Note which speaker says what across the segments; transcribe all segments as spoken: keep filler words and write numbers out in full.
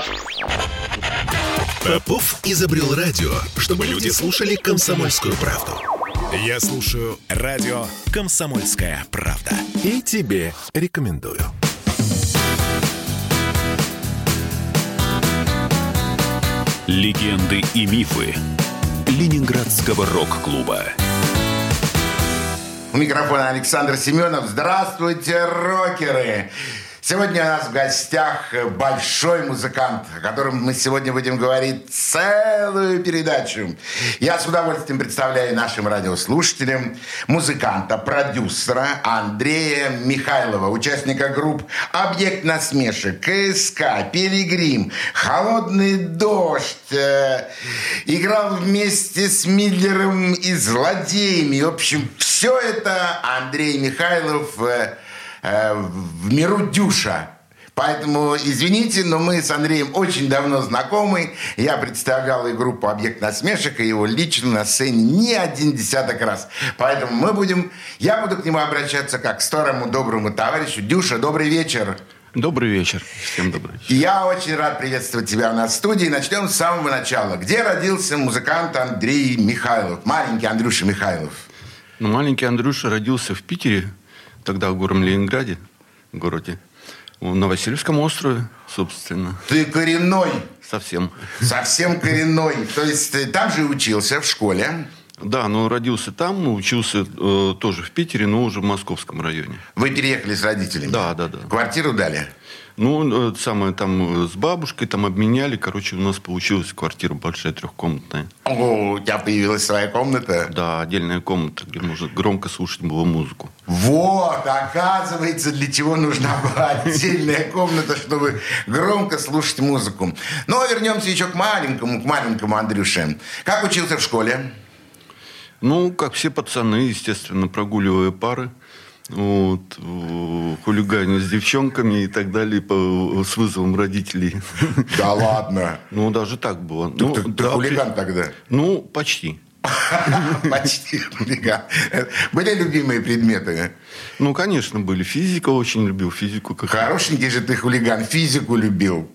Speaker 1: Попов изобрел радио, чтобы люди слушали «Комсомольскую правду». Я слушаю радио «Комсомольская правда». И тебе рекомендую. Легенды и мифы Ленинградского рок-клуба.
Speaker 2: У микрофона Александр Семенов. Здравствуйте, рокеры! Сегодня у нас в гостях большой музыкант, о котором мы сегодня будем говорить целую передачу. Я с удовольствием представляю нашим радиослушателям музыканта, продюсера Андрея Михайлова, участника групп «Объект насмешек», КСК, «Пилигрим», «Холодный дождь». Э, играл вместе с Миллером и «Злодеями». В общем, все это Андрей Михайлов э, в миру Дюша. Поэтому, извините, но мы с Андреем очень давно знакомы. Я представлял и группу «Объект насмешек», и его лично на сцене не один десяток раз. Поэтому мы будем... Я буду к нему обращаться как к старому доброму товарищу. Дюша, добрый вечер.
Speaker 3: Добрый вечер. Всем добрый вечер.
Speaker 2: Я очень рад приветствовать тебя у нас в студии. Начнем с самого начала. Где родился музыкант Андрей Михайлов? Маленький Андрюша Михайлов.
Speaker 3: Ну, маленький Андрюша родился в Питере. Тогда в горном Ленинграде, в городе, на Васильевском острове, собственно.
Speaker 2: Ты коренной?
Speaker 3: Совсем.
Speaker 2: Совсем коренной. То есть ты там же учился в школе?
Speaker 3: Да, но родился там, учился э, тоже в Питере, но уже в Московском районе.
Speaker 2: Вы переехали с родителями?
Speaker 3: Да, да, да.
Speaker 2: Квартиру дали?
Speaker 3: Ну, э, самое там с бабушкой там обменяли. Короче, у нас получилась квартира большая, трехкомнатная.
Speaker 2: О, у тебя появилась своя комната?
Speaker 3: Да, отдельная комната, где можно громко слушать было музыку.
Speaker 2: Вот, оказывается, для чего нужна была отдельная комната, чтобы громко слушать музыку. Но вернемся еще к маленькому, к маленькому Андрюше. Как учился в школе?
Speaker 3: Ну, как все пацаны, естественно, прогуливая пары. Вот, хулиганю с девчонками и так далее по, с вызовом родителей.
Speaker 2: Да ладно?
Speaker 3: Ну, даже так было.
Speaker 2: Ты,
Speaker 3: ну,
Speaker 2: ты,
Speaker 3: да,
Speaker 2: ты хулиган тогда?
Speaker 3: Ну, почти.
Speaker 2: Почти хулиган. Были любимые предметы?
Speaker 3: Ну, конечно, были. Физика, очень любил физику.
Speaker 2: Хорошенький же ты хулиган, физику любил.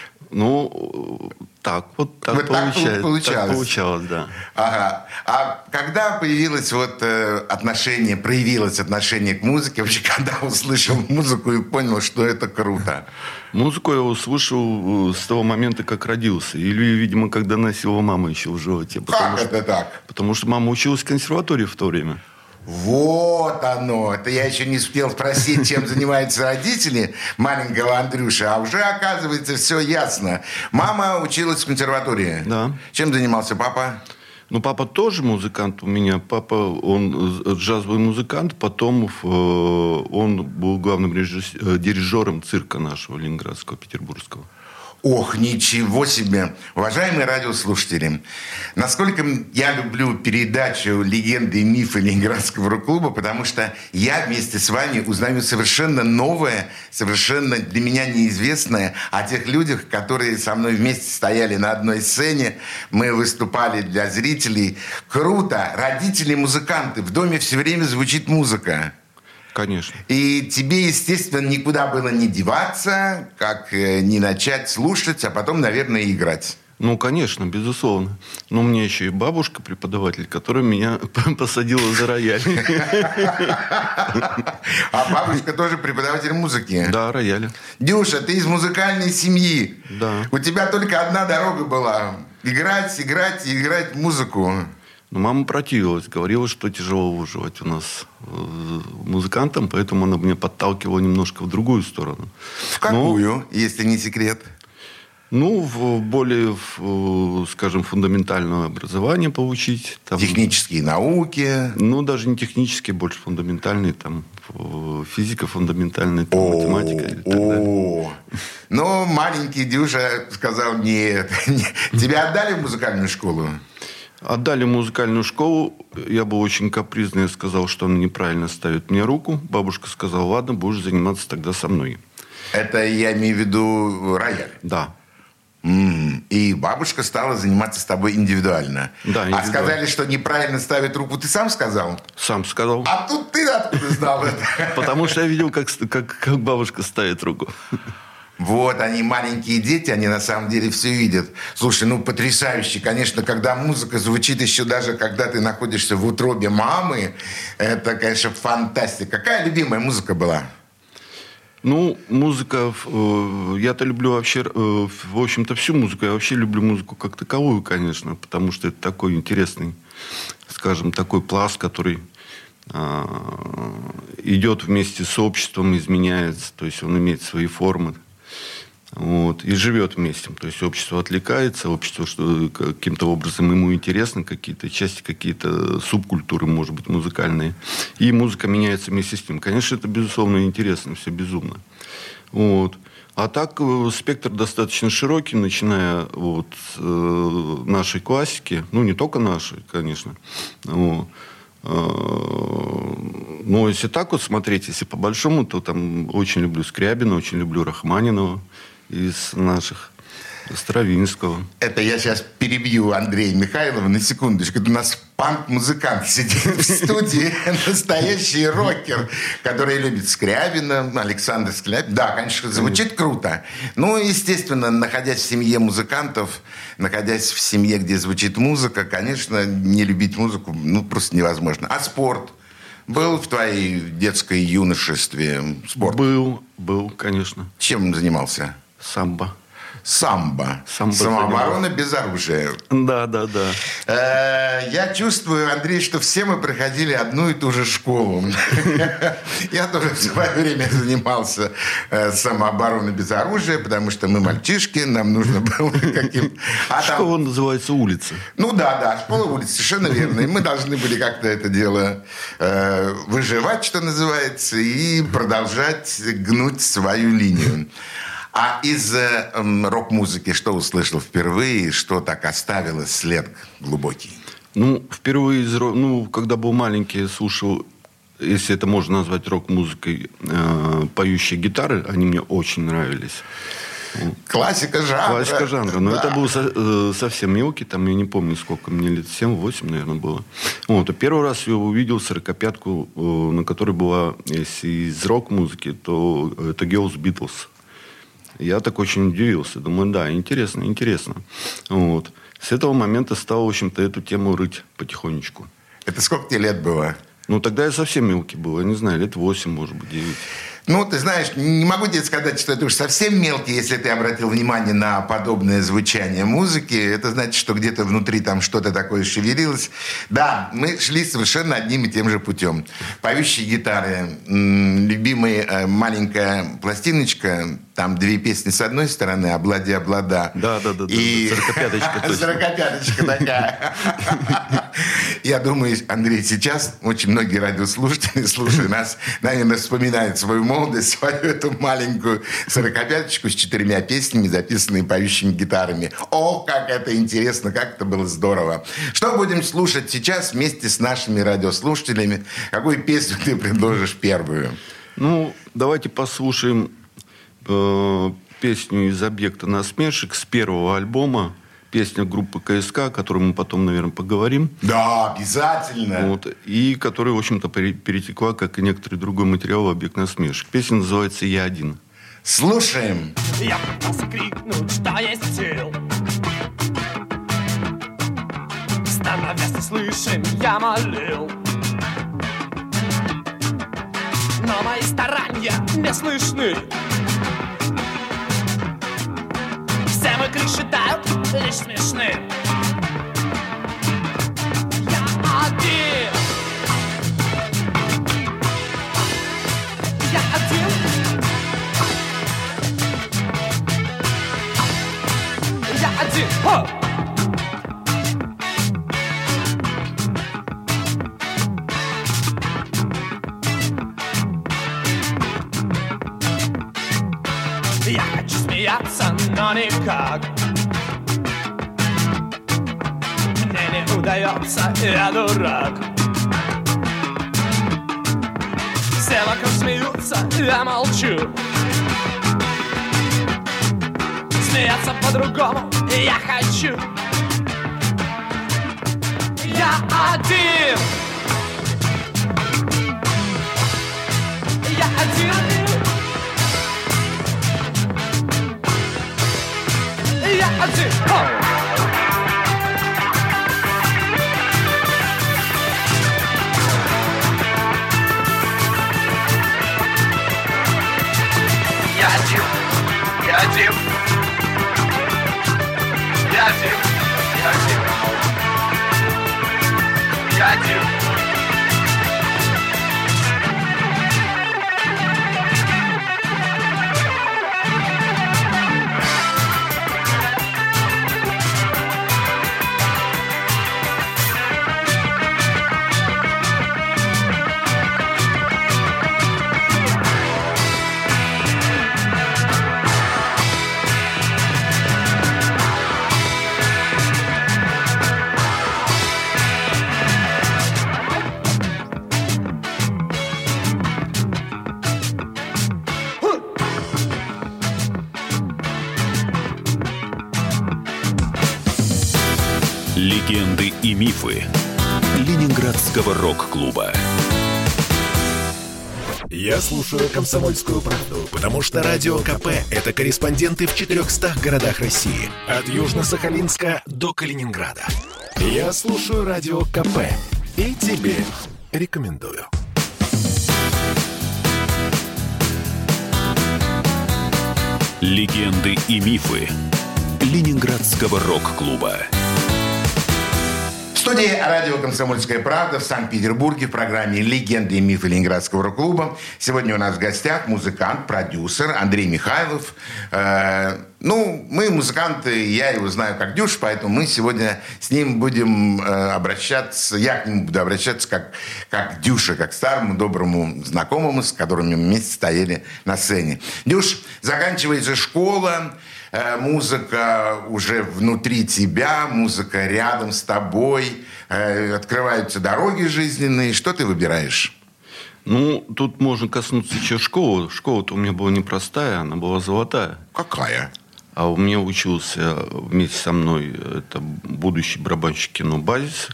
Speaker 3: Ну, так вот так,
Speaker 2: вот
Speaker 3: получается,
Speaker 2: так получалось.
Speaker 3: Так получалось, да.
Speaker 2: Ага. А когда появилось вот э, отношение, проявилось отношение к музыке, вообще, когда услышал музыку и понял, что это круто?
Speaker 3: Музыку я услышал с того момента, как родился. Или, видимо, когда носила мама еще в животе.
Speaker 2: Как
Speaker 3: что,
Speaker 2: это так?
Speaker 3: Потому что мама училась в консерватории в то время.
Speaker 2: Вот оно. Это я еще не успел спросить, чем занимаются родители маленького Андрюши. А уже, оказывается, все ясно. Мама училась в консерватории.
Speaker 3: Да.
Speaker 2: Чем занимался папа?
Speaker 3: Ну, папа тоже музыкант у меня. Папа, он джазовый музыкант. Потом он был главным режиссером, дирижером цирка нашего, ленинградского, петербургского.
Speaker 2: Ох, ничего себе! Уважаемые радиослушатели, насколько я люблю передачу «Легенды и мифы Ленинградского рок-клуба», потому что я вместе с вами узнаю совершенно новое, совершенно для меня неизвестное о тех людях, которые со мной вместе стояли на одной сцене. Мы выступали для зрителей. Круто! Родители-музыканты. В доме все время звучит музыка.
Speaker 3: Конечно.
Speaker 2: И тебе, естественно, никуда было не деваться, как э, не начать слушать, а потом, наверное, играть.
Speaker 3: Ну, конечно, безусловно. Но у меня еще и бабушка, преподаватель, которая меня посадила за рояль.
Speaker 2: А бабушка тоже преподаватель музыки?
Speaker 3: Да, рояля.
Speaker 2: Дюша, ты из музыкальной семьи.
Speaker 3: Да.
Speaker 2: У тебя только одна дорога была. Играть, играть и играть музыку.
Speaker 3: Но мама противилась, говорила, что тяжело выживать у нас музыкантам, поэтому она меня подталкивала немножко в другую сторону.
Speaker 2: В какую, Но, если не секрет?
Speaker 3: Ну, в более, в, скажем, фундаментальное образование получить. Там,
Speaker 2: технические науки?
Speaker 3: Ну, даже не технические, больше фундаментальные, там, физика фундаментальная, там,
Speaker 2: о,
Speaker 3: математика и так далее.
Speaker 2: Но маленький Дюша сказал, нет, тебя отдали в музыкальную школу?
Speaker 3: Отдали музыкальную школу. Я был очень капризный. Я сказал, что она неправильно ставит мне руку. Бабушка сказала, ладно, будешь заниматься тогда со мной.
Speaker 2: Это я имею в виду рояль?
Speaker 3: Да.
Speaker 2: Mm. И бабушка стала заниматься с тобой индивидуально.
Speaker 3: Да, индивидуально.
Speaker 2: А сказали, что неправильно ставит руку. Ты сам сказал?
Speaker 3: Сам сказал.
Speaker 2: А тут ты откуда знал это?
Speaker 3: Потому что я видел, как, как, как бабушка ставит руку.
Speaker 2: Вот, они маленькие дети, они на самом деле все видят. Слушай, ну потрясающе, конечно, когда музыка звучит еще даже, когда ты находишься в утробе мамы, это, конечно, фантастика. Какая любимая музыка была?
Speaker 3: Ну, музыка, я-то люблю вообще, в общем-то, всю музыку. Я вообще люблю музыку как таковую, конечно, потому что это такой интересный, скажем, такой пласт, который идет вместе с обществом, изменяется, то есть он имеет свои формы. Вот, и живет вместе. То есть общество отвлекается, общество что, каким-то образом ему интересно, какие-то части, какие-то субкультуры, может быть, музыкальные. И музыка меняется вместе с ним. Конечно, это, безусловно, интересно, все безумно. Вот. А так спектр достаточно широкий, начиная от э, нашей классики, ну, не только нашей, конечно. Вот. Но если так вот смотреть, если по-большому, то там очень люблю Скрябина, очень люблю Рахманинова из наших, Стравинского.
Speaker 2: Это я сейчас перебью Андрея Михайлова на секундочку. Это у нас панк-музыкант сидит в студии, настоящий рокер, который любит Скрябина, Александр Скрябин. Да, конечно, звучит круто. Ну, естественно, находясь в семье музыкантов, находясь в семье, где звучит музыка, конечно, не любить музыку ну, просто невозможно. А спорт? Был в твоей детской юношестве спорт?
Speaker 3: Был, был, конечно.
Speaker 2: Чем занимался?
Speaker 3: Самбо.
Speaker 2: Самбо.
Speaker 3: Самбо.
Speaker 2: Самооборона без оружия.
Speaker 3: Да, да, да.
Speaker 2: Э, я чувствую, Андрей, что все мы проходили одну и ту же школу. Я тоже в свое время занимался самообороной без оружия, потому что мы мальчишки, нам нужно было каким...
Speaker 3: Школа называется улица.
Speaker 2: Ну да, да, школа улица, совершенно верно. И мы должны были как-то это дело выживать, что называется, и продолжать гнуть свою линию. А из э, рок-музыки что услышал впервые, что так оставило след глубокий?
Speaker 3: Ну, впервые из рок... Ну, когда был маленький, слушал, если это можно назвать рок-музыкой, э, поющие гитары, они мне очень нравились.
Speaker 2: Классика жанра.
Speaker 3: Классика жанра. Но да. Это был со, э, совсем мелкий, там, я не помню, сколько, мне лет семь-восемь, наверное, было. Вот. А первый раз я увидел сорокопятку, э, на которой была, если из рок-музыки, то это Girls Beatles. Я так очень удивился. Думаю, да, интересно, интересно. Вот. С этого момента стал, в общем-то, эту тему рыть потихонечку.
Speaker 2: Это сколько тебе лет было?
Speaker 3: Ну, тогда я совсем мелкий был. Я не знаю, лет восемь, может быть, девять.
Speaker 2: Ну, ты знаешь, не могу тебе сказать, что это уж совсем мелкий, если ты обратил внимание на подобное звучание музыки. Это значит, что где-то внутри там что-то такое шевелилось. Да, мы шли совершенно одним и тем же путем. Поющие гитары, любимая маленькая пластиночка, там две песни с одной стороны, «Облади, облада».
Speaker 3: Да, да, да.
Speaker 2: И
Speaker 3: сорокопяточка точно.
Speaker 2: Сорокопяточка такая. Я думаю, Андрей, сейчас очень многие радиослушатели, слушая нас, наверное, вспоминают свою молодость, свою эту маленькую сорокопяточку с четырьмя песнями, записанными поющими гитарами. О, как это интересно, как это было здорово. Что будем слушать сейчас вместе с нашими радиослушателями? Какую песню ты предложишь первую?
Speaker 3: Ну, давайте послушаем э, песню из «Объекта насмешек» с первого альбома. Песня группы КСК, о которой мы потом, наверное, поговорим.
Speaker 2: Да, обязательно.
Speaker 3: Вот, и которая, в общем-то, перетекла, как и некоторый другой материал, в «Объект насмешек». Песня называется «Я один».
Speaker 2: Слушаем.
Speaker 4: Я пытался крикнуть, что есть сил. Становясь неслышим, я молил. Но мои старания не слышны. Все мокрые считают лишь смешны. Я один. Я один. Я один. Хо! Я хочу смеяться, но никак. Мне не удается, я дурак. Все вокруг смеются, я молчу. Смеяться по-другому я хочу. Я один. Я один. один, хоп! Я один, я один, я один, я один, я один.
Speaker 1: Легенды и мифы Ленинградского рок-клуба. Я слушаю «Комсомольскую правду», потому что Радио КП – это корреспонденты в четырехстах городах России. От Южно-Сахалинска до Калининграда. Я слушаю Радио КП и тебе рекомендую. Легенды и мифы Ленинградского рок-клуба.
Speaker 2: В студии радио «Комсомольская правда» в Санкт-Петербурге в программе «Легенды и мифы Ленинградского рок-клуба». Сегодня у нас в гостях музыкант, продюсер Андрей Михайлов. Э, ну, мы музыканты, я его знаю как Дюш, поэтому мы сегодня с ним будем э, обращаться, я к нему буду обращаться как, как Дюша, как к старому доброму знакомому, с которыми мы вместе стояли на сцене. Дюш, заканчивается школа. Музыка уже внутри тебя, музыка рядом с тобой, открываются дороги жизненные. Что ты выбираешь?
Speaker 3: Ну, тут можно коснуться еще школы. Школа-то у меня была непростая, она была золотая.
Speaker 2: Какая?
Speaker 3: А у меня учился вместе со мной это будущий барабанщик кино Базис.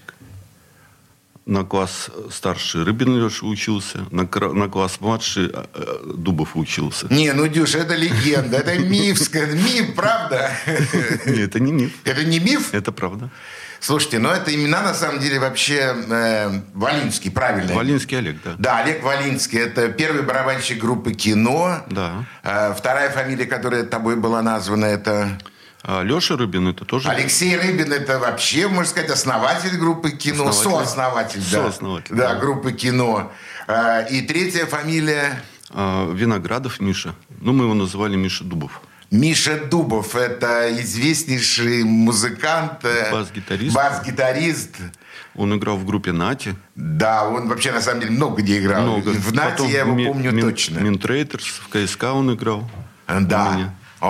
Speaker 3: На класс старший Рыбин Леша учился, на, на класс младший Дубов учился.
Speaker 2: Не, ну, Дюша, это легенда, это миф, миф, правда?
Speaker 3: Нет, это не миф.
Speaker 2: Это не миф?
Speaker 3: Это правда.
Speaker 2: Слушайте, ну это имена на самом деле вообще э, Волинский, правильно?
Speaker 3: Волинский Олег, да.
Speaker 2: Да, Олег Волинский. Это первый барабанщик группы «Кино».
Speaker 3: Да.
Speaker 2: Э, вторая фамилия, которая тобой была названа, это...
Speaker 3: А Леша Рыбин это тоже...
Speaker 2: Алексей Рыбин это вообще, можно сказать, основатель группы «Кино».
Speaker 3: Основатель.
Speaker 2: Сооснователь, да.
Speaker 3: Сооснователь,
Speaker 2: да.
Speaker 3: Да,
Speaker 2: группы «Кино». Э, и третья фамилия...
Speaker 3: Виноградов Миша. Ну, мы его называли Миша Дубов.
Speaker 2: Миша Дубов – это известнейший музыкант.
Speaker 3: Бас-гитарист.
Speaker 2: Бас-гитарист.
Speaker 3: Он играл в группе «Нати».
Speaker 2: Да, он вообще, на самом деле, много где играл.
Speaker 3: Много.
Speaker 2: В «Нати»
Speaker 3: Потом
Speaker 2: я его
Speaker 3: ми-
Speaker 2: помню
Speaker 3: ми-
Speaker 2: точно.
Speaker 3: Минтрейтерс, в КСК он играл.
Speaker 2: Да.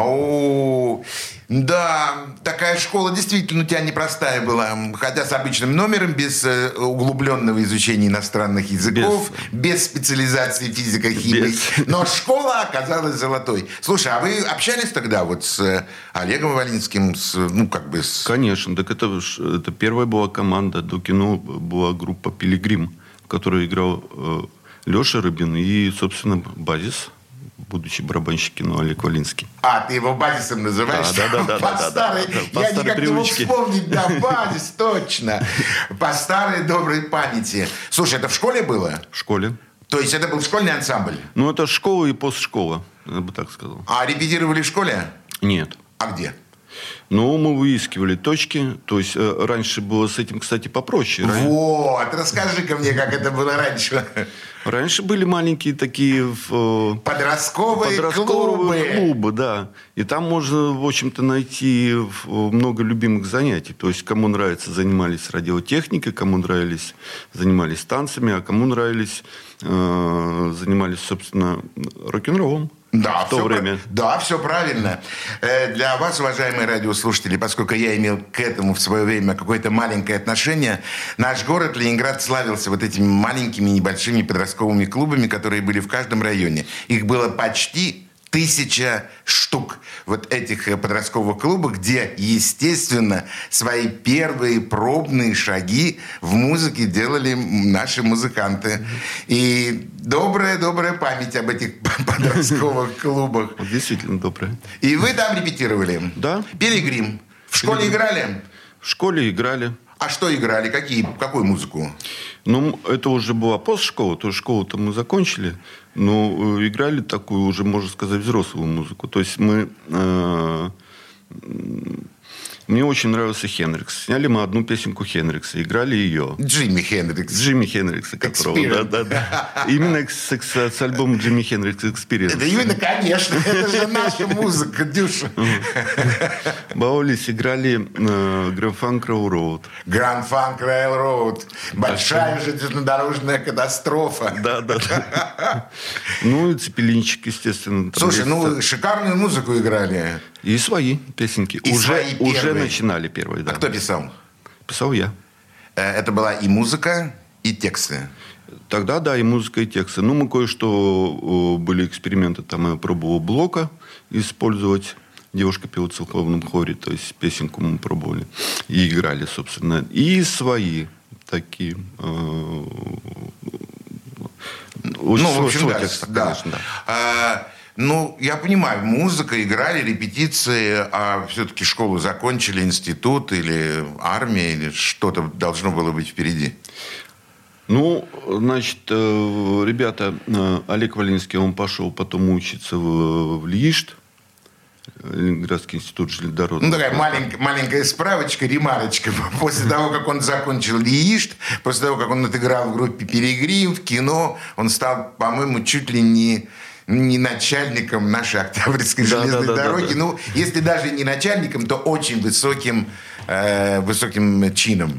Speaker 2: О, да, такая школа действительно у тебя непростая была. Хотя с обычным номером, без углубленного изучения иностранных языков, без, без специализации физика, химии. Без. Но школа оказалась золотой. Слушай, а вы общались тогда вот с Олегом Волинским? С, ну, как бы с...
Speaker 3: Конечно. Так это, это первая была команда. До кино была группа «Пилигрим», в которой играл э, Леша Рыбин и, собственно, Базис. Будучи барабанщик кино Олег Волинский.
Speaker 2: А, ты его Базисом называешь?
Speaker 3: Да, да, да.
Speaker 2: По
Speaker 3: да,
Speaker 2: старой,
Speaker 3: да, да, да,
Speaker 2: я
Speaker 3: по
Speaker 2: никак не мог вспомнить, да, Базис, точно. По старой доброй памяти. Слушай, это в школе было?
Speaker 3: В школе.
Speaker 2: То есть это был школьный ансамбль?
Speaker 3: Ну, это школа и постшкола, я бы так сказал.
Speaker 2: А репетировали в школе?
Speaker 3: Нет.
Speaker 2: А где?
Speaker 3: Ну, мы выискивали точки. То есть, э, раньше было с этим, кстати, попроще.
Speaker 2: Вот, расскажи-ка мне, как это было раньше.
Speaker 3: Раньше были маленькие такие... Э,
Speaker 2: подростковые,
Speaker 3: подростковые
Speaker 2: клубы.
Speaker 3: клубы, да. И там можно, в общем-то, найти много любимых занятий. То есть, кому нравится, занимались радиотехникой, кому нравились, занимались танцами, а кому нравились, э, занимались, собственно, рок-н-роллом.
Speaker 2: Да,
Speaker 3: в то
Speaker 2: все
Speaker 3: время.
Speaker 2: Про... Да, все правильно. Для вас, уважаемые радиослушатели, поскольку я имел к этому в свое время какое-то маленькое отношение, наш город Ленинград славился вот этими маленькими небольшими подростковыми клубами, которые были в каждом районе. Их было почти Тысяча штук вот этих подростковых клубов, где, естественно, свои первые пробные шаги в музыке делали наши музыканты. И добрая-добрая память об этих подростковых клубах.
Speaker 3: Действительно добрая.
Speaker 2: И вы там репетировали?
Speaker 3: Да.
Speaker 2: «Пилигрим». В школе играли?
Speaker 3: В школе играли.
Speaker 2: А что играли? Какие, какую музыку?
Speaker 3: Ну, это уже была постшкола, то есть школу-то мы закончили, но э, играли такую уже, можно сказать, взрослую музыку. То есть мы... Э, мне очень нравился Хендрикс. Сняли мы одну песенку Хендрикса, играли ее.
Speaker 2: Джимми Хендрикс.
Speaker 3: Джимми Хендрикса, которого... Да, да, да. Именно с, с, с альбома Джимми Хендрикс Experience.
Speaker 2: Это именно, конечно. Это же наша музыка, Дюша.
Speaker 3: Баулис играли Grand Funk Railroad.
Speaker 2: Grand Funk Railroad. Большая железнодорожная катастрофа.
Speaker 3: Да, да, да. Ну, и Цепелинчик, естественно.
Speaker 2: Слушай, ну, шикарную музыку играли.
Speaker 3: И свои песенки.
Speaker 2: И
Speaker 3: уже,
Speaker 2: свои
Speaker 3: уже начинали первые, да.
Speaker 2: А кто писал?
Speaker 3: Писал я.
Speaker 2: Это была и музыка, и тексты.
Speaker 3: Тогда, да, и музыка, и тексты. Ну, мы кое-что... Были эксперименты, там я пробовал Блока использовать. Девушка пела в церковном хоре. То есть песенку мы пробовали. И играли, собственно. И свои такие...
Speaker 2: Ну, в общем,
Speaker 3: свой
Speaker 2: да.
Speaker 3: текст,
Speaker 2: да.
Speaker 3: конечно, да.
Speaker 2: А, ну, я понимаю, музыка, играли, репетиции, а все-таки школу закончили, институт или армия, или что-то должно было быть впереди.
Speaker 3: Ну, значит, ребята, Олег Валенский, он пошел потом учиться в, в ЛИИШТ, Ленинградский институт железнодорожного.
Speaker 2: Ну, такая маленькая, маленькая справочка, ремарочка. После того, как он закончил ЛИИШТ, после того, как он отыграл в группе «Пилигрим», в кино, он стал, по-моему, чуть ли не, не начальником нашей Октябрьской
Speaker 3: да,
Speaker 2: железной
Speaker 3: да, да,
Speaker 2: дороги.
Speaker 3: Да, да.
Speaker 2: Ну, если даже не начальником, то очень высоким, э, высоким чином.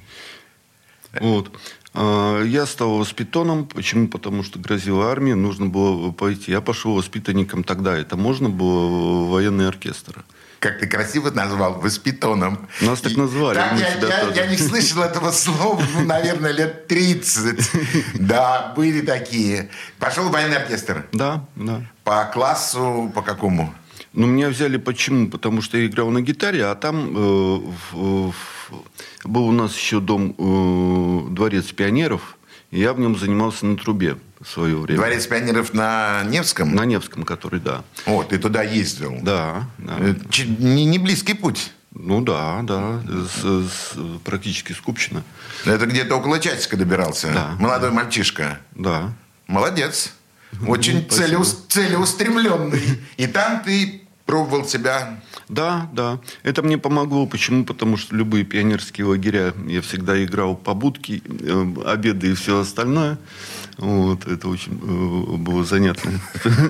Speaker 3: Вот. Я стал воспитоном. Почему? Потому что грозила армия, нужно было пойти. Я пошел воспитанником тогда. Это можно было в военный оркестр.
Speaker 2: Как ты красиво назвал, воспитоном.
Speaker 3: Нас так назвали.
Speaker 2: Так, я, я, я не слышал этого слова, ну, наверное, лет тридцать. Да, были такие. Пошел в военный оркестр?
Speaker 3: Да, да.
Speaker 2: По классу, по какому?
Speaker 3: Ну, меня взяли почему? Потому что я играл на гитаре, а там э, в, в, был у нас еще дом, э, дворец пионеров, и я в нем занимался на трубе в свое время.
Speaker 2: Дворец пионеров на Невском?
Speaker 3: На Невском, который, да.
Speaker 2: О, ты туда ездил?
Speaker 3: Да. да.
Speaker 2: Ч- не, не близкий путь?
Speaker 3: Ну, да, да. С, с, практически с Купчино.
Speaker 2: Это где-то около часика добирался?
Speaker 3: Да.
Speaker 2: Молодой да. мальчишка?
Speaker 3: Да.
Speaker 2: Молодец. Очень целеус- целеустремленный. И там ты пробовал себя?
Speaker 3: Да, да. Это мне помогло. Почему? Потому что любые пионерские лагеря я всегда играл по будке, э, обеды и все остальное. Вот. Это очень э, было занятно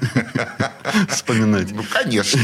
Speaker 3: вспоминать.
Speaker 2: Ну, конечно.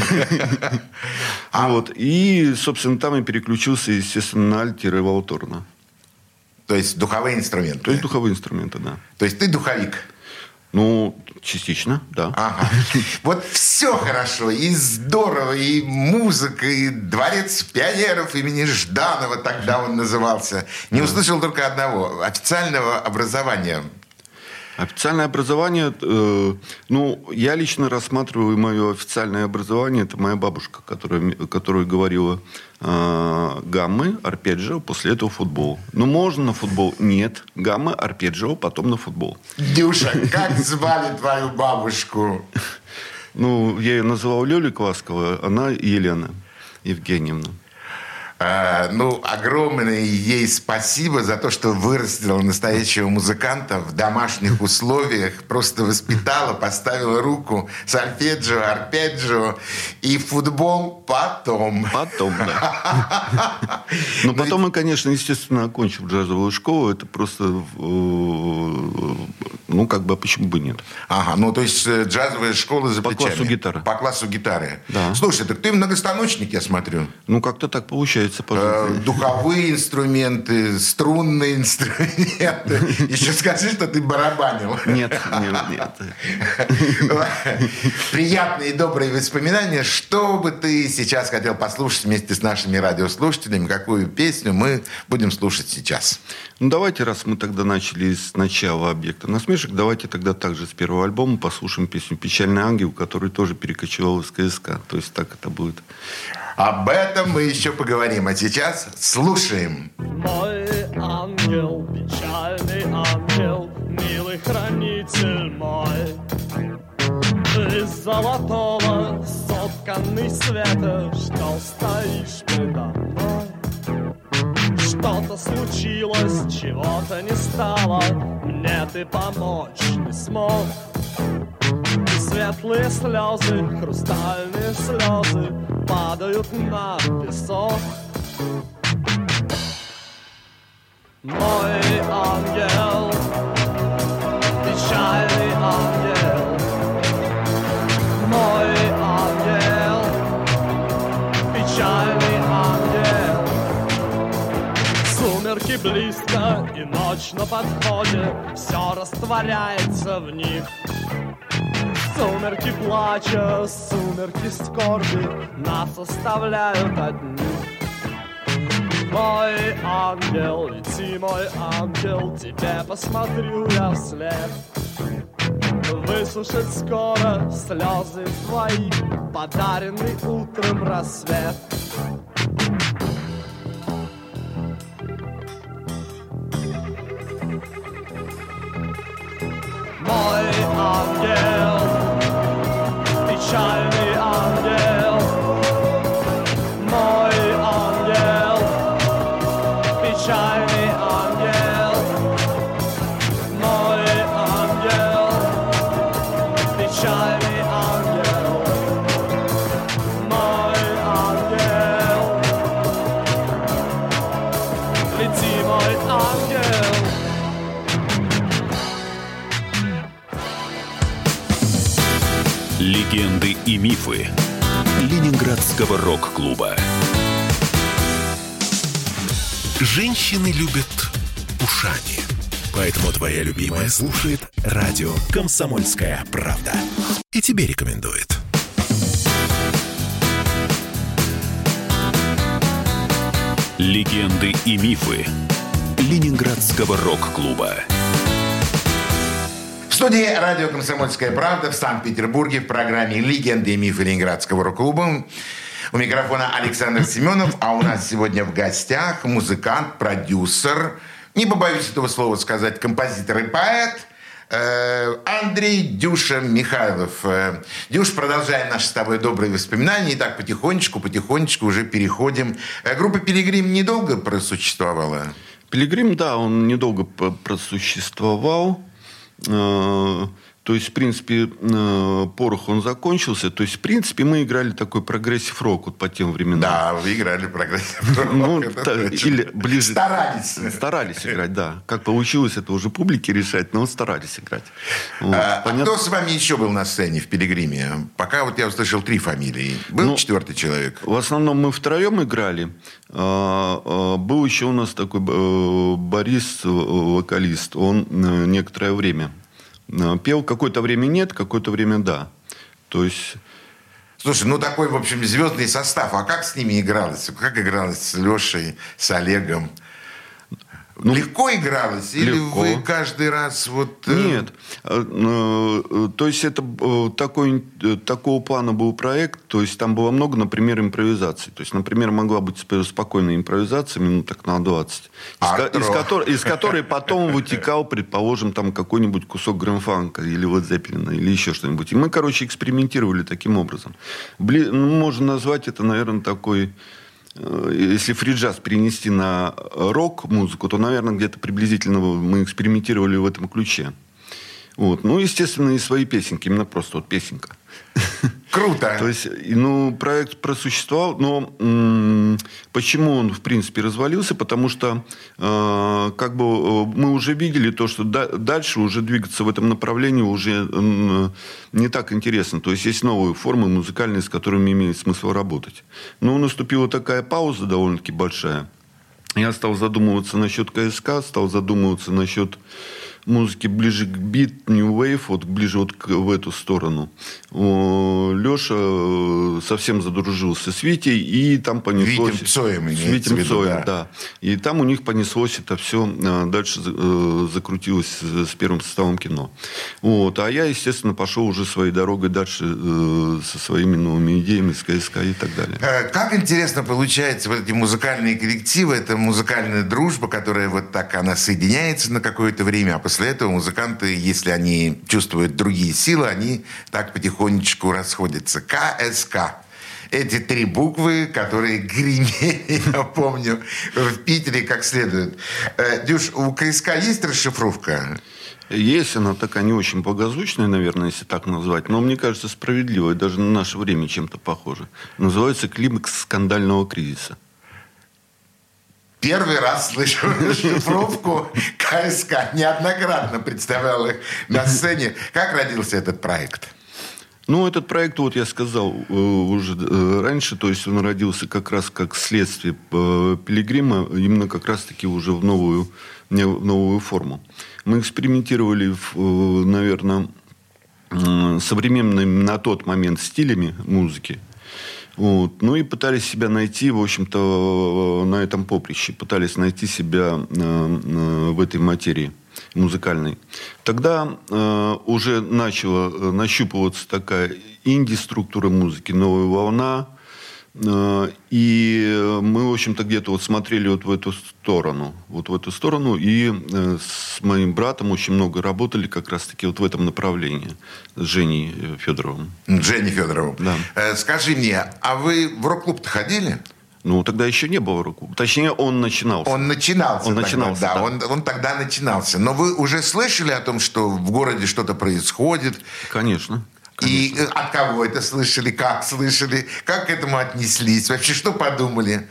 Speaker 3: Вот. И, собственно, там я переключился, естественно, на альтер и валторна.
Speaker 2: То есть духовые инструменты?
Speaker 3: То есть духовые инструменты, да.
Speaker 2: То есть ты духовик?
Speaker 3: Ну, частично, да.
Speaker 2: Ага. Вот все хорошо. И здорово, и музыка, и дворец пионеров имени Жданова, тогда он назывался. Не услышал только одного. Официального образования.
Speaker 3: Официальное образование, э, ну, я лично рассматриваю мое официальное образование, это моя бабушка, которая, которая говорила э, гаммы, арпеджио, после этого футбол. Ну, можно на футбол? Нет. Гаммы, арпеджио, потом на футбол.
Speaker 2: Дюша, как звали твою бабушку?
Speaker 3: Ну, я ее называл Лёля Кваскова, она Елена Евгеньевна.
Speaker 2: А, ну, огромное ей спасибо за то, что вырастила настоящего музыканта в домашних условиях, просто воспитала, поставила руку, сольфеджио, арпеджио и футбол потом.
Speaker 3: Потом, да. Но потом мы, конечно, естественно, окончив джазовую школу, это просто, ну, как бы, а почему бы нет?
Speaker 2: Ага, ну, то есть джазовая школа за плечами.
Speaker 3: По классу гитары.
Speaker 2: По классу гитары.
Speaker 3: Да.
Speaker 2: Слушай, так ты многостаночник, я смотрю.
Speaker 3: Ну, как-то так получается. встречается по жизни.
Speaker 2: Духовые инструменты, струнные инструменты. Еще скажи, что ты барабанил.
Speaker 3: Нет, нет, нет.
Speaker 2: Приятные и добрые воспоминания. Что бы ты сейчас хотел послушать вместе с нашими радиослушателями? Какую песню мы будем слушать сейчас?
Speaker 3: Ну, давайте, раз мы тогда начали с начала «Объекта насмешек», давайте тогда также с первого альбома послушаем песню «Печальный ангел», который тоже перекочевал из КСК. То есть так это будет.
Speaker 2: Об этом мы еще поговорим. А сейчас слушаем.
Speaker 4: Мой ангел, печальный ангел, милый хранитель мой, из золотого сотканный света, что стоишь предо мной. Что-то случилось, чего-то не стало, мне ты помочь не смог. И светлые слезы, хрустальные слезы падают на песок. Мой ангел, печальный ангел, мой ангел, печальный ангел. Сумерки близко и ночь на подходе, все растворяется в них. Сумерки плача, сумерки скорби нас оставляют одних. Мой ангел, лети, мой ангел, тебе посмотрю я вслед. Высушить скоро слезы твои, подаренный утром рассвет. Мой ангел, печальный ангел, мой ангел, печальный ангел, мой ангел, печальный ангел, мой ангел, лети, мой ангел.
Speaker 1: Легенды и мифы Ленинградского рок-клуба. Женщины любят ушами. Поэтому твоя любимая слушает радио «Комсомольская правда». И тебе рекомендует. Легенды и мифы Ленинградского рок-клуба.
Speaker 2: В студии радио «Комсомольская правда» в Санкт-Петербурге в программе «Легенды и мифы Ленинградского рок-клуба». У микрофона Александр Семенов, а у нас сегодня в гостях музыкант, продюсер, не побоюсь этого слова сказать, композитор и поэт Андрей Дюша Михайлов. Дюш, продолжаем наши с тобой добрые воспоминания. И так потихонечку, потихонечку уже переходим. Группа «Пилигрим» недолго просуществовала?
Speaker 3: «Пилигрим», да, он недолго просуществовал. То есть, в принципе, порох он закончился. То есть, в принципе, мы играли такой прогрессив-рок вот по тем временам.
Speaker 2: Да, вы играли прогрессив-рок.
Speaker 3: Ну, или ближе...
Speaker 2: Старались.
Speaker 3: Старались играть, да. Как получилось, это уже публике решать, но старались играть.
Speaker 2: Вот. А, а кто с вами еще был на сцене в «Пилигриме»? Пока вот я услышал три фамилии. Был ну, четвертый человек?
Speaker 3: В основном мы втроем играли. Был еще у нас такой Борис, вокалист. Он некоторое время пел. Какое-то время нет, какое-то время да. То есть...
Speaker 2: Слушай, ну такой, в общем, звездный состав. А как с ними игралось? Как игралось с Лешей, с Олегом? Ну, легко игралось? Или
Speaker 3: легко.
Speaker 2: Вы каждый раз вот...
Speaker 3: Нет. То есть это такой, такого плана был проект. То есть там было много, например, импровизаций. То есть, например, могла быть спокойная импровизация, минут так на двадцать. Из, из, которой, из которой потом вытекал, предположим, там какой-нибудь кусок грэмфанка или вот Зеппелина, или еще что-нибудь. И мы, короче, экспериментировали таким образом. Бли... Ну, можно назвать это, наверное, такой... Если фри-джаз перенести на рок-музыку, то, наверное, где-то приблизительно мы экспериментировали в этом ключе. Вот. Ну, естественно, и свои песенки. Именно просто вот песенка.
Speaker 2: Круто.
Speaker 3: То есть, ну, проект просуществовал, но м- Почему он, в принципе, развалился? Потому что э, как бы мы уже видели то, что да, дальше уже двигаться в этом направлении уже э, не так интересно. То есть есть новые формы музыкальные, с которыми имеет смысл работать. Но наступила такая пауза довольно-таки большая. Я стал задумываться насчет КСК, стал задумываться насчет музыки ближе к бит, New Wave, вот ближе вот к, в эту сторону. О, Леша совсем задружился с Витей, и там понеслось...
Speaker 2: Витем Цоем,
Speaker 3: с Витем
Speaker 2: виду,
Speaker 3: Цоем,
Speaker 2: да.
Speaker 3: да. И там у них понеслось это все, дальше закрутилось с первым составом кино. Вот. А я, естественно, пошел уже своей дорогой дальше со своими новыми идеями, с КСК и так далее.
Speaker 2: Как интересно получается вот эти музыкальные коллективы, это музыкальная дружба, которая вот так, она соединяется на какое-то время, а после этого музыканты, если они чувствуют другие силы, они так потихонечку расходятся. КСК. Эти три буквы, которые гремели, я помню, в Питере как следует. Дюш, у КСК есть расшифровка?
Speaker 3: Есть, она такая не очень благозвучная, наверное, если так назвать, но мне кажется справедливая, даже на наше время чем-то похоже. Называется «Климакс скандального кризиса».
Speaker 2: Первый раз слышу расшифровку КСК. Неоднократно представлял их на сцене. Как родился этот проект?
Speaker 3: Ну, этот проект, вот я сказал уже раньше, то есть он родился как раз как следствие Пилигрима, именно как раз-таки уже в новую, в новую форму. Мы экспериментировали, наверное, современными на тот момент стилями музыки. Вот. Ну и пытались себя найти, в общем-то, на этом поприще. Пытались найти себя в этой материи музыкальной. Тогда э, уже начала нащупываться такая инди-структура музыки, новая волна. Э, и мы, в общем-то, где-то вот смотрели вот в эту сторону. Вот в эту сторону. И э, с моим братом очень много работали как раз-таки вот в этом направлении. С Женей Федоровым.
Speaker 2: Женей Федоровым.
Speaker 3: Да.
Speaker 2: Э, скажи мне, а вы в рок-клуб-то ходили?
Speaker 3: Ну, тогда еще не было рок-клуба. Точнее, он начинался.
Speaker 2: Он начинался.
Speaker 3: Он
Speaker 2: тогда,
Speaker 3: начинался,
Speaker 2: да.
Speaker 3: да.
Speaker 2: Он, он тогда начинался. Но вы уже слышали о том, что в городе что-то происходит?
Speaker 3: Конечно.
Speaker 2: И
Speaker 3: конечно.
Speaker 2: от кого это слышали? Как слышали? Как к этому отнеслись? Вообще, что подумали?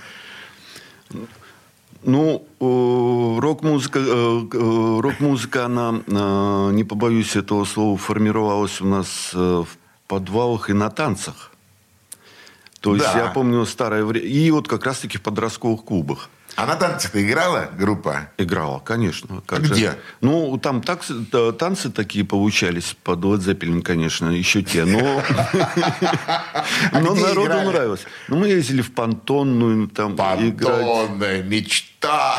Speaker 3: Ну, э, рок-музыка, э, э, рок-музыка, она, э, не побоюсь этого слова, формировалась у нас э, в подвалах и на танцах. То есть,
Speaker 2: Да.
Speaker 3: я помню старое время. И вот как раз-таки в подростковых клубах.
Speaker 2: А на танцах-то играла группа?
Speaker 3: Играла, конечно. Как
Speaker 2: Где?
Speaker 3: же. Ну, там таксы, та- танцы такие получались под Led Zeppelin, конечно, еще те. Но, но
Speaker 2: где
Speaker 3: народу
Speaker 2: играли?
Speaker 3: нравилось. Ну, мы ездили в понтонную, там играть.
Speaker 2: Понтонная мечта.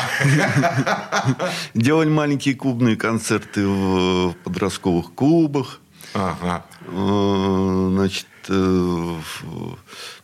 Speaker 3: Делали маленькие клубные концерты в, в подростковых клубах.
Speaker 2: Ага.
Speaker 3: Э, Значит, э, в-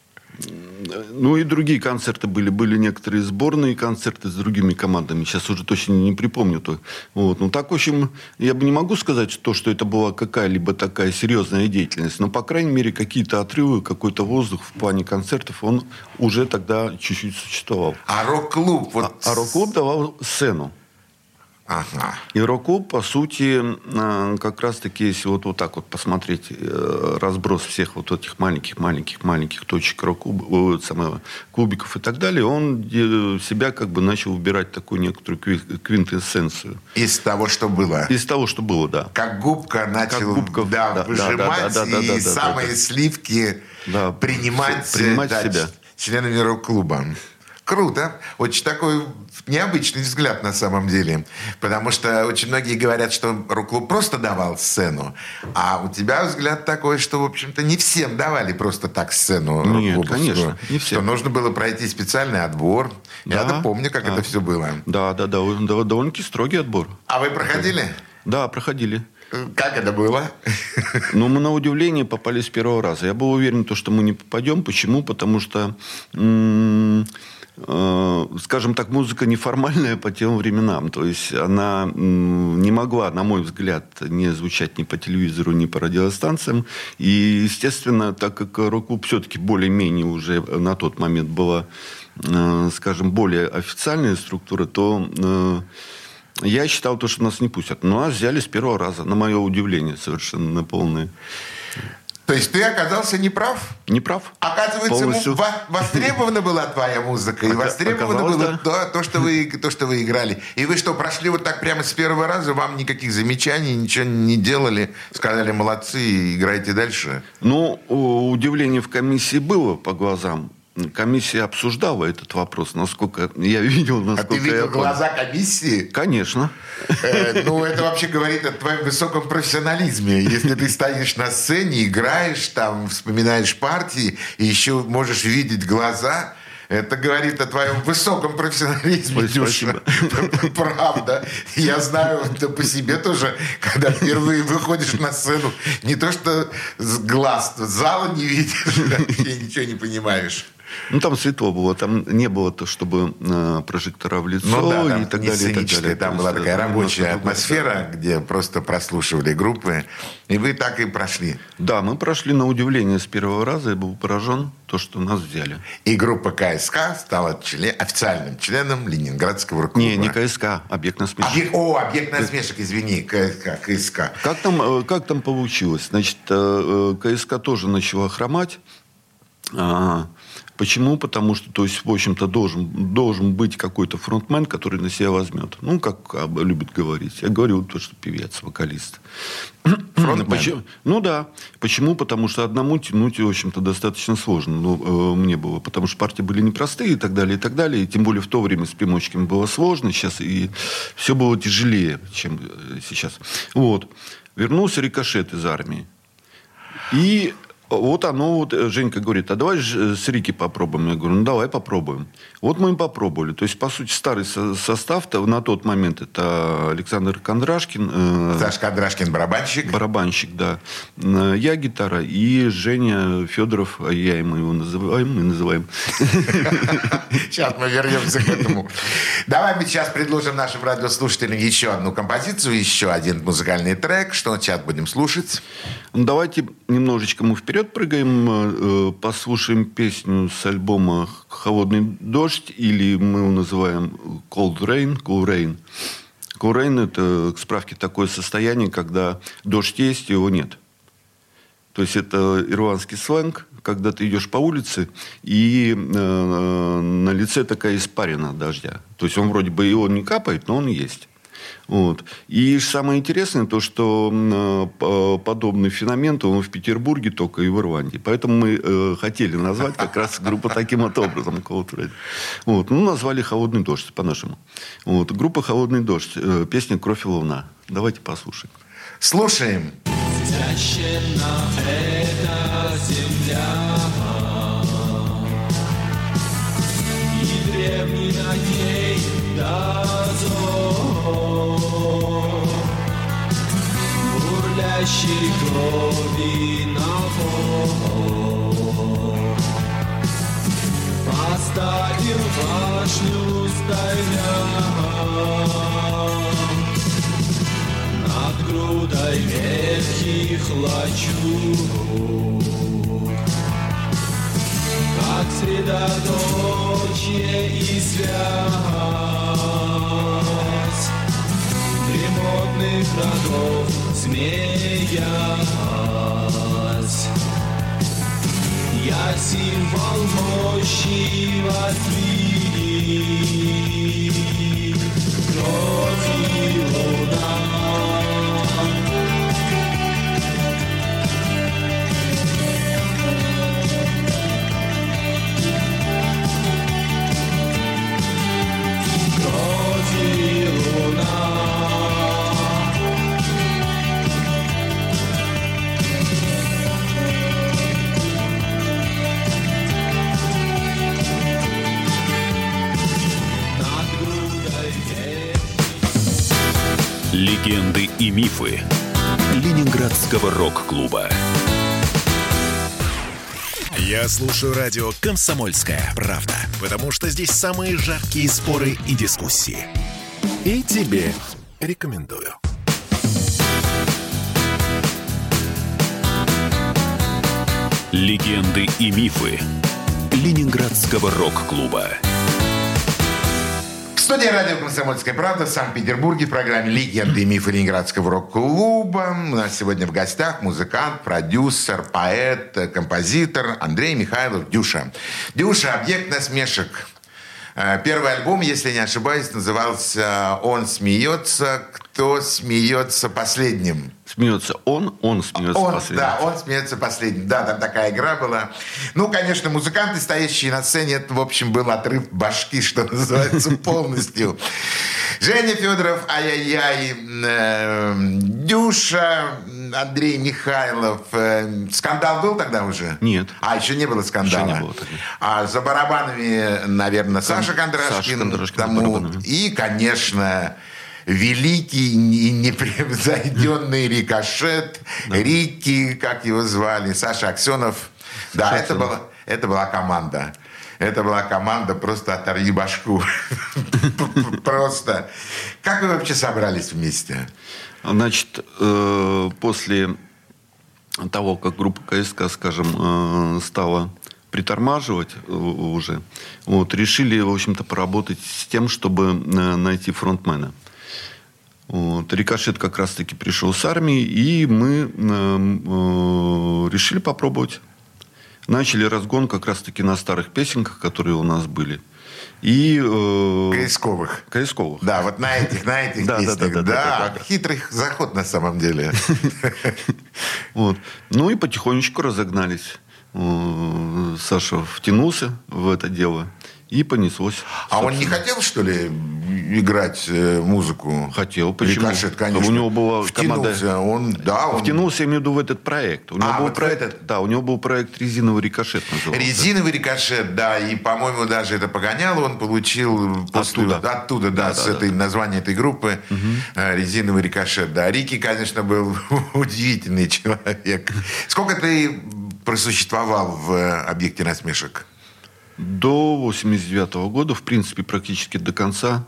Speaker 3: ну и другие концерты были. Были некоторые сборные концерты с другими командами. Сейчас уже точно не припомню. То. Вот. Ну так, в общем, я бы не могу сказать, то, что это была какая-либо такая серьезная деятельность. Но, по крайней мере, какие-то отрывы, какой-то воздух в плане концертов, он уже тогда чуть-чуть существовал.
Speaker 2: А рок-клуб? Вот...
Speaker 3: А, а рок-клуб давал сцену.
Speaker 2: Ага.
Speaker 3: И рок-клуб, по сути, э, как раз-таки, если вот, вот так вот посмотреть э, разброс всех вот этих маленьких-маленьких-маленьких точек рок-клуба, э, самого, клубиков и так далее, он э, себя как бы начал выбирать такую некоторую кви- квинтэссенцию.
Speaker 2: Из того, что было.
Speaker 3: Из того, что было, да.
Speaker 2: Как губка начал
Speaker 3: Как губка,
Speaker 2: да,
Speaker 3: да,
Speaker 2: выжимать
Speaker 3: да, да, да,
Speaker 2: и
Speaker 3: да, да,
Speaker 2: самые
Speaker 3: да, да.
Speaker 2: сливки
Speaker 3: Да,
Speaker 2: принимать,
Speaker 3: принимать
Speaker 2: да,
Speaker 3: себя.
Speaker 2: членами рок-клуба. Круто. Очень такой необычный взгляд на самом деле. Потому что очень многие говорят, что рок-клуб просто давал сцену. А у тебя взгляд такой, что, в общем-то, не всем давали просто так сцену.
Speaker 3: Нет,
Speaker 2: рок-клубовскую.
Speaker 3: конечно, не всем.
Speaker 2: Что нужно было пройти специальный отбор.
Speaker 3: Да,
Speaker 2: Я-то помню, как
Speaker 3: да.
Speaker 2: это все было.
Speaker 3: Да, да, да, да, довольно-таки строгий отбор.
Speaker 2: А вы проходили?
Speaker 3: Да, проходили.
Speaker 2: Как это было?
Speaker 3: Но мы, на удивление, попали с первого раза. Я был уверен, что мы не попадем. Почему? Потому что, м- э, скажем так, музыка неформальная по тем временам. То есть она м- не могла, на мой взгляд, не звучать ни по телевизору, ни по радиостанциям. И, естественно, так как рок-клуб все-таки более-менее уже на тот момент была, э, скажем, более официальная структура, то... Э, я считал, то, что нас не пустят. Но нас взяли с первого раза. На мое удивление совершенно на полное.
Speaker 2: То есть ты оказался неправ?
Speaker 3: Неправ.
Speaker 2: Оказывается, ему востребована была твоя музыка, и востребовано было то, то, что вы, то, что вы играли. И вы что, прошли вот так прямо с первого раза, вам никаких замечаний, ничего не делали, сказали, молодцы, играйте дальше?
Speaker 3: Ну, удивление в комиссии было по глазам. Комиссия обсуждала этот вопрос, насколько я видел, насколько
Speaker 2: А ты видел
Speaker 3: я
Speaker 2: глаза комиссии?
Speaker 3: Конечно.
Speaker 2: Э, ну, это вообще говорит о твоем высоком профессионализме. Если ты стоишь на сцене, играешь, там, вспоминаешь партии, и еще можешь видеть глаза, это говорит о твоем высоком профессионализме, Дюша. Правда. Я знаю это по себе тоже, когда впервые выходишь на сцену, не то что с глаз, зала не видишь, и ничего не понимаешь.
Speaker 3: Ну, там светло было, там не было то, чтобы э, прожектора в лицо,
Speaker 2: ну, да,
Speaker 3: и так далее, и так далее.
Speaker 2: Там была такая рабочая атмосфера, где просто прослушивали группы, и вы так и прошли.
Speaker 3: Да, мы прошли на удивление с первого раза, я был поражен, то, что нас взяли.
Speaker 2: И группа КСК стала член, официальным членом Ленинградского рок-клуба.
Speaker 3: Не, не КСК, объект насмешек.
Speaker 2: Объект, о, объект насмешек, извини, КСК, КСК.
Speaker 3: Как там, как там получилось? Значит, КСК тоже начала хромать. Почему? Потому что, то есть, в общем-то, должен, должен быть какой-то фронтмен, который на себя возьмет. Ну, как любят говорить. Я говорю, то, что певец, вокалист.
Speaker 2: Фронтмен?
Speaker 3: Почему? Ну, да. Почему? Потому что одному тянуть, в общем-то, достаточно сложно. Ну, э, мне было. Потому что партии были непростые и так далее, и так далее. И тем более в то время с примочками было сложно. Сейчас и все было тяжелее, чем сейчас. Вот. Вернулся Рикошет из армии. И... Вот оно, вот Женька говорит, а давай с Рики попробуем. Я говорю, ну давай попробуем. Вот мы и попробовали. То есть, по сути, старый со- состав-то на тот момент это Александр Кондрашкин. Э-
Speaker 2: Саш Кондрашкин, барабанщик.
Speaker 3: Барабанщик, да. Э- я гитара. И Женя Федоров, а я ему его называем, мы называем.
Speaker 2: Сейчас мы вернемся к этому. Давай мы сейчас предложим нашим радиослушателям еще одну композицию, еще один музыкальный трек. Что сейчас будем слушать?
Speaker 3: Давайте немножечко мы вперед прыгаем, послушаем песню с альбома «Холодный дождь», или мы его называем «Cold Rain», «Cool Rain». «Cool Rain» — это, к справке, такое состояние, когда дождь есть, его нет. То есть это ирландский сленг, когда ты идешь по улице, и э, на лице такая испарина дождя. То есть он вроде бы и он не капает, но он есть. Вот. И самое интересное то, что э, подобный феномен он в Петербурге только и в Ирландии. Поэтому мы э, хотели назвать как раз группу таким вот образом. Вот. Ну, назвали «Холодный дождь» по-нашему. Вот. Группа «Холодный дождь». Э, песня «Кровь и волна». Давайте послушаем.
Speaker 2: Слушаем.
Speaker 5: Священна эта земля, и древний над ней дозор бурлящей крови напор. Поставил башню стальня над грудой ветхих лачуг, как средоточие и связь дремотных родов змеясь. Я символ мощи воздвиг, кровь и луна.
Speaker 1: Легенды и мифы Ленинградского рок-клуба. Я слушаю радио «Комсомольская правда», потому что здесь самые жаркие споры и дискуссии. И тебе рекомендую. Легенды и мифы Ленинградского рок-клуба.
Speaker 2: В Студия радио «Комсомольская правда» в Санкт-Петербурге в программе «Легенды и мифы Ленинградского рок-клуба». У нас сегодня в гостях музыкант, продюсер, поэт, композитор Андрей Михайлов Дюша. Дюша, объект насмешек. Первый альбом, если не ошибаюсь, назывался «Он смеется, кто смеется последним».
Speaker 3: Смеется он, он смеется
Speaker 2: он,
Speaker 3: последним.
Speaker 2: Да, он смеется последним. Да, там такая игра была. Ну, конечно, музыканты, стоящие на сцене, это, в общем, был отрыв башки, что называется, полностью. Женя Федоров, ай-яй-яй, э, Дюша, Андрей Михайлов. Э, скандал был тогда уже?
Speaker 3: Нет.
Speaker 2: А, еще не было скандала?
Speaker 3: Еще не было тогда.
Speaker 2: А за барабанами, наверное, Саша Кондрашкин.
Speaker 3: Саша Кондрашкин
Speaker 2: тому, и, конечно... великий и непревзойденный Рикошет, да. Рикки, как его звали, Саша Аксенов. Да, Саша это была, это была команда. Это была команда «Просто оторви башку». Просто. Как вы вообще собрались вместе?
Speaker 3: Значит, после того, как группа КСК, скажем, стала притормаживать уже, вот, решили, в общем-то, поработать с тем, чтобы найти фронтмена. Вот. Рикошет как раз-таки пришел с армии, и мы э, э, решили попробовать. Начали разгон как раз-таки на старых песенках, которые у нас были. И, э,
Speaker 2: КСКовых.
Speaker 3: КСКовых.
Speaker 2: Да, вот на этих, на этих
Speaker 3: да,
Speaker 2: песнях.
Speaker 3: Да, да, да,
Speaker 2: да,
Speaker 3: да, да.
Speaker 2: Хитрый заход на самом деле.
Speaker 3: Вот. Ну и потихонечку разогнались. Саша втянулся в это дело. И понеслось.
Speaker 2: А он не хотел, что ли, играть э, музыку?
Speaker 3: Хотел. Почему?
Speaker 2: Рикошет, конечно.
Speaker 3: У него была
Speaker 2: Втянулся.
Speaker 3: команда...
Speaker 2: Он, да, он...
Speaker 3: Втянулся, я имею в виду, в этот проект. У него
Speaker 2: а,
Speaker 3: был
Speaker 2: вот
Speaker 3: проект...
Speaker 2: этот?
Speaker 3: Да, у него был проект «Резиновый рикошет» назывался.
Speaker 2: «Резиновый рикошет», да. И, по-моему, даже это погоняло он получил после...
Speaker 3: Оттуда.
Speaker 2: Оттуда, да, да с да, этой, да. названия этой группы. Угу. «Резиновый рикошет». Да, Рикки, конечно, был удивительный человек. Сколько ты просуществовал в «Объекте насмешек»?
Speaker 3: До восемьдесят девятого года, в принципе, практически до конца.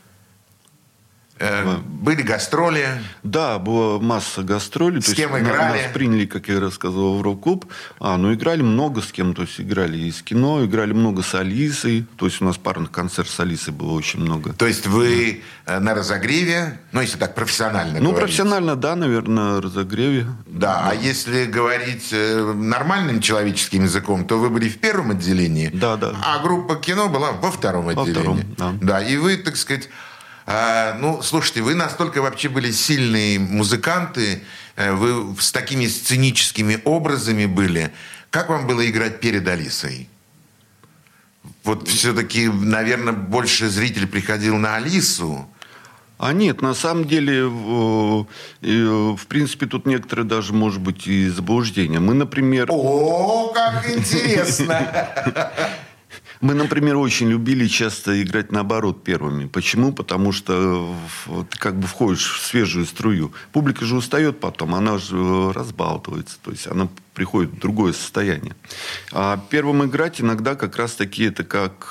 Speaker 2: Э, были гастроли?
Speaker 3: Да, была масса гастролей.
Speaker 2: С
Speaker 3: то
Speaker 2: кем
Speaker 3: есть
Speaker 2: играли?
Speaker 3: Нас приняли, как я рассказывал, в рок-клуб. А, ну, играли много с кем. То есть играли из кино, играли много с Алисой. То есть у нас парных концертов с Алисой было очень много.
Speaker 2: То есть вы да. на разогреве, ну, если так профессионально
Speaker 3: Ну,
Speaker 2: говорить.
Speaker 3: профессионально, да, наверное, на разогреве.
Speaker 2: Да, да, а если говорить нормальным человеческим языком, то вы были в первом отделении.
Speaker 3: Да, да.
Speaker 2: А группа кино была во втором отделении.
Speaker 3: Во втором, да.
Speaker 2: Да, и вы, так сказать... А, ну, слушайте, вы настолько вообще были сильные музыканты, вы с такими сценическими образами были. Как вам было играть перед Алисой? Вот все-таки, наверное, больше зритель приходил на Алису.
Speaker 3: А нет, на самом деле, в, в принципе, тут некоторые даже, может быть, и заблуждения. Мы, например...
Speaker 2: О, как интересно!
Speaker 3: Мы, например, очень любили часто играть наоборот первыми. Почему? Потому что ты как бы входишь в свежую струю. Публика же устает потом, она же разбалтывается. То есть она приходит в другое состояние. А первым играть иногда как раз-таки это как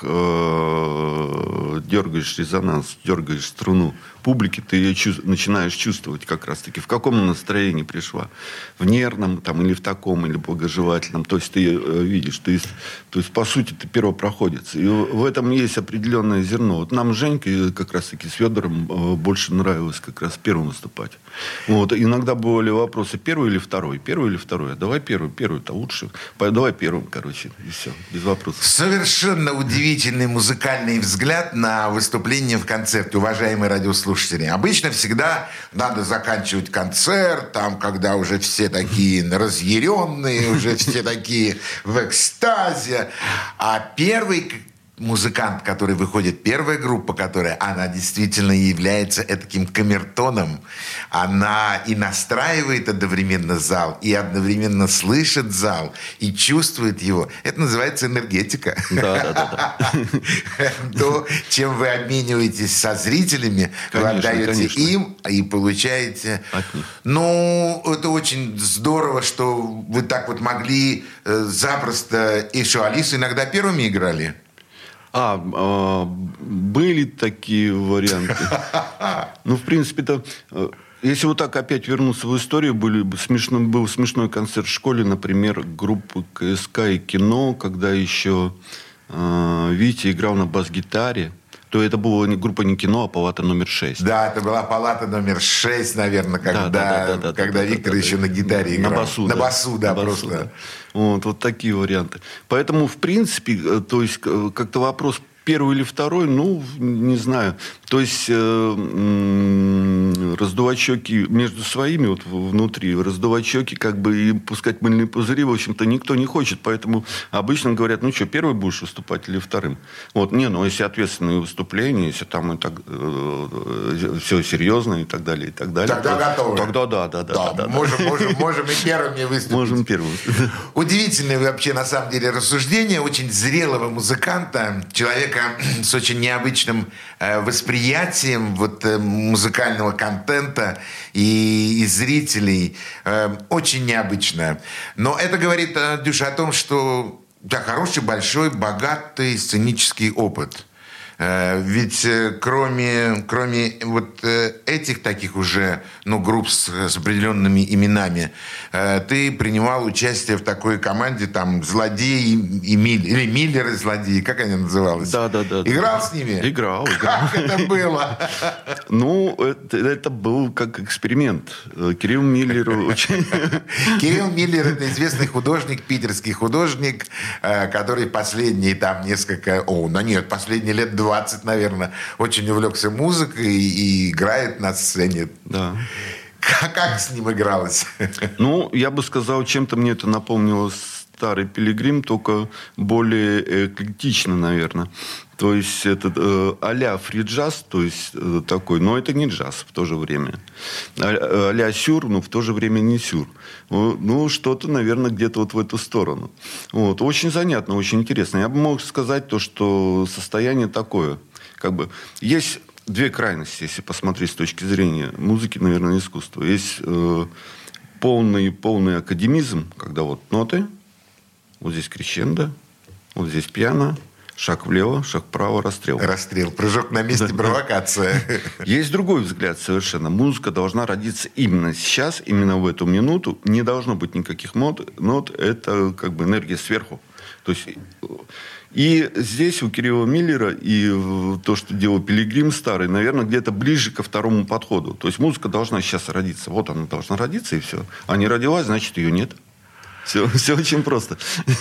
Speaker 3: э, дергаешь резонанс, дергаешь струну публики, ты ее чувств, начинаешь чувствовать как раз-таки, в каком она настроении пришла. В нервном там, или в таком, или благожелательном. То есть ты э, видишь. То есть, то есть, по сути, ты первопроходец. И в этом есть определенное зерно. Вот нам с Женькой как раз-таки с Федором э, больше нравилось как раз первым выступать. Вот. Иногда бывали вопросы, первый или второй? Первый или второй? А давай первый. Первый-то лучше. Давай первым, короче. И все. Без вопросов.
Speaker 2: Совершенно удивительный музыкальный взгляд на выступление в концерте, уважаемые радиослушатели. Обычно всегда надо заканчивать концерт, там, когда уже все такие разъяренные, уже все такие в экстазе. А первый музыкант, который выходит, первая группа, которая, она действительно является таким камертоном. Она и настраивает одновременно зал, и одновременно слышит зал, и чувствует его. Это называется энергетика.
Speaker 3: Да, да, да.
Speaker 2: То, чем вы обмениваетесь со зрителями, вы отдаете им и получаете... Ну, это очень здорово, что вы так вот могли запросто... И что, Алису иногда первыми играли?
Speaker 3: А, а, были такие варианты. Ну, в принципе-то, если вот так опять вернуться в историю, были, смешно, был смешной концерт в школе, например, группы КСК и кино, когда еще э, Витя играл на бас-гитаре, то это была не, группа не «Кино», а «Палата номер шесть».
Speaker 2: Да, это была «Палата номер шесть», наверное, когда,
Speaker 3: да, да, да, да,
Speaker 2: когда
Speaker 3: да,
Speaker 2: Виктор
Speaker 3: да, да,
Speaker 2: еще
Speaker 3: да.
Speaker 2: на гитаре играл.
Speaker 3: На басу,
Speaker 2: на
Speaker 3: да.
Speaker 2: басу, да,
Speaker 3: на
Speaker 2: просто.
Speaker 3: басу, да. Вот, вот такие варианты. Поэтому, в принципе, то есть, как-то вопрос первый или второй, ну, не знаю. То есть э, м- раздувать щеки между своими вот внутри, раздувать щеки, как бы и пускать мыльные пузыри, в общем-то, никто не хочет. Поэтому обычно говорят, ну что, первый будешь выступать или вторым? Вот, не, ну, если ответственные выступления, если там и так, э, все серьезно и так далее, и так далее.
Speaker 2: Тогда
Speaker 3: то,
Speaker 2: готовы.
Speaker 3: Тогда да, да, да.
Speaker 2: Да,
Speaker 3: да, да,
Speaker 2: можем,
Speaker 3: да.
Speaker 2: можем, можем и первыми выступить.
Speaker 3: Можем первым.
Speaker 2: Удивительное вообще, на самом деле, рассуждение очень зрелого музыканта, человека с очень необычным э, восприятием вот, э, музыкального контента и, и зрителей. Э, очень необычно. Но это говорит, э, Дюша, о том, что у тебя хороший, большой, богатый сценический опыт. Э, ведь э, кроме, кроме вот э, этих таких уже ну, групп с, с определенными именами, э, ты принимал участие в такой команде, там, «Злодеи» и Миль, или «Миллеры злодеи», как они назывались?
Speaker 3: Да, да, да.
Speaker 2: Играл
Speaker 3: да.
Speaker 2: с ними?
Speaker 3: Играл, играл.
Speaker 2: Как это было?
Speaker 3: Ну, это, это был как эксперимент. Кирилл Миллер очень...
Speaker 2: Кирилл Миллер – это известный художник, питерский художник, э, который последние там несколько... О, ну нет, последние лет двадцать, наверное, очень увлекся музыкой и играет на сцене.
Speaker 3: Да.
Speaker 2: Как, как с ним игралось?
Speaker 3: Ну, я бы сказал, чем-то мне это напомнило старый «Пилигрим», только более эклектично, наверное. То есть это э, а-ля фри-джаз, то есть э, такой, но это не джаз в то же время. А- а-ля сюр, но в то же время не сюр. Ну, ну, что-то, наверное, где-то вот в эту сторону. Вот. Очень занятно, очень интересно. Я бы мог сказать то, что состояние такое. Как бы, есть две крайности, если посмотреть с точки зрения музыки, наверное, искусства. Есть э, полный, полный академизм, когда вот ноты, вот здесь крещендо, вот здесь пиано, шаг влево, шаг вправо, расстрел.
Speaker 2: Расстрел. Прыжок на месте, провокация.
Speaker 3: Есть другой взгляд совершенно. Музыка должна родиться именно сейчас, именно в эту минуту. Не должно быть никаких нот. Нот – это как бы энергия сверху. То есть, и здесь у Кирилла Миллера и то, что делал «Пилигрим» старый, наверное, где-то ближе ко второму подходу. То есть музыка должна сейчас родиться. Вот она должна родиться, и все. А не родилась, значит, ее нет. Все, все очень просто.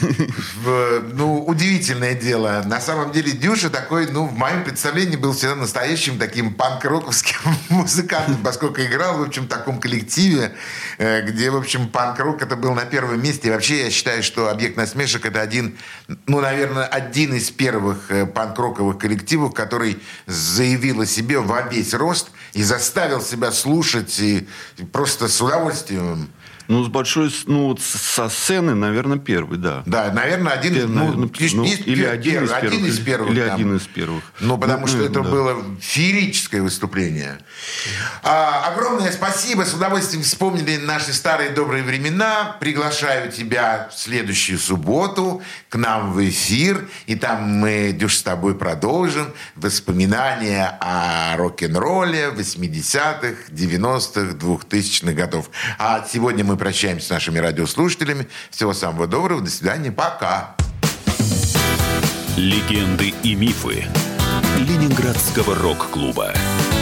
Speaker 2: Ну, удивительное дело. На самом деле Дюша такой, ну, в моем представлении был всегда настоящим таким панк-роковским музыкантом, поскольку играл, в общем, в таком коллективе, где, в общем, панк-рок это был на первом месте. И вообще я считаю, что «Объект насмешек» это один, ну, наверное, один из первых панк-роковых коллективов, который заявил о себе во весь рост и заставил себя слушать и просто с удовольствием.
Speaker 3: Ну, с большой, ну, вот со сцены, наверное, первый, да.
Speaker 2: Да, наверное, один,
Speaker 3: Пер,
Speaker 2: ну,
Speaker 3: наверное,
Speaker 2: ну,
Speaker 3: ну,
Speaker 2: из,
Speaker 3: или один, из первых,
Speaker 2: один из первых.
Speaker 3: Или
Speaker 2: там.
Speaker 3: один из первых.
Speaker 2: Ну, потому
Speaker 3: ну,
Speaker 2: что
Speaker 3: наверное,
Speaker 2: это
Speaker 3: да.
Speaker 2: было феерическое выступление. А, огромное спасибо. С удовольствием вспомнили наши старые добрые времена. Приглашаю тебя в следующую субботу к нам в эфир. И там мы, Дюш, с тобой продолжим воспоминания о рок-н-ролле восьмидесятых, девяностых, двухтысячных годов. А сегодня мы прощаемся с нашими радиослушателями. Всего самого доброго. До свидания. Пока.
Speaker 1: Легенды и мифы Ленинградского рок-клуба.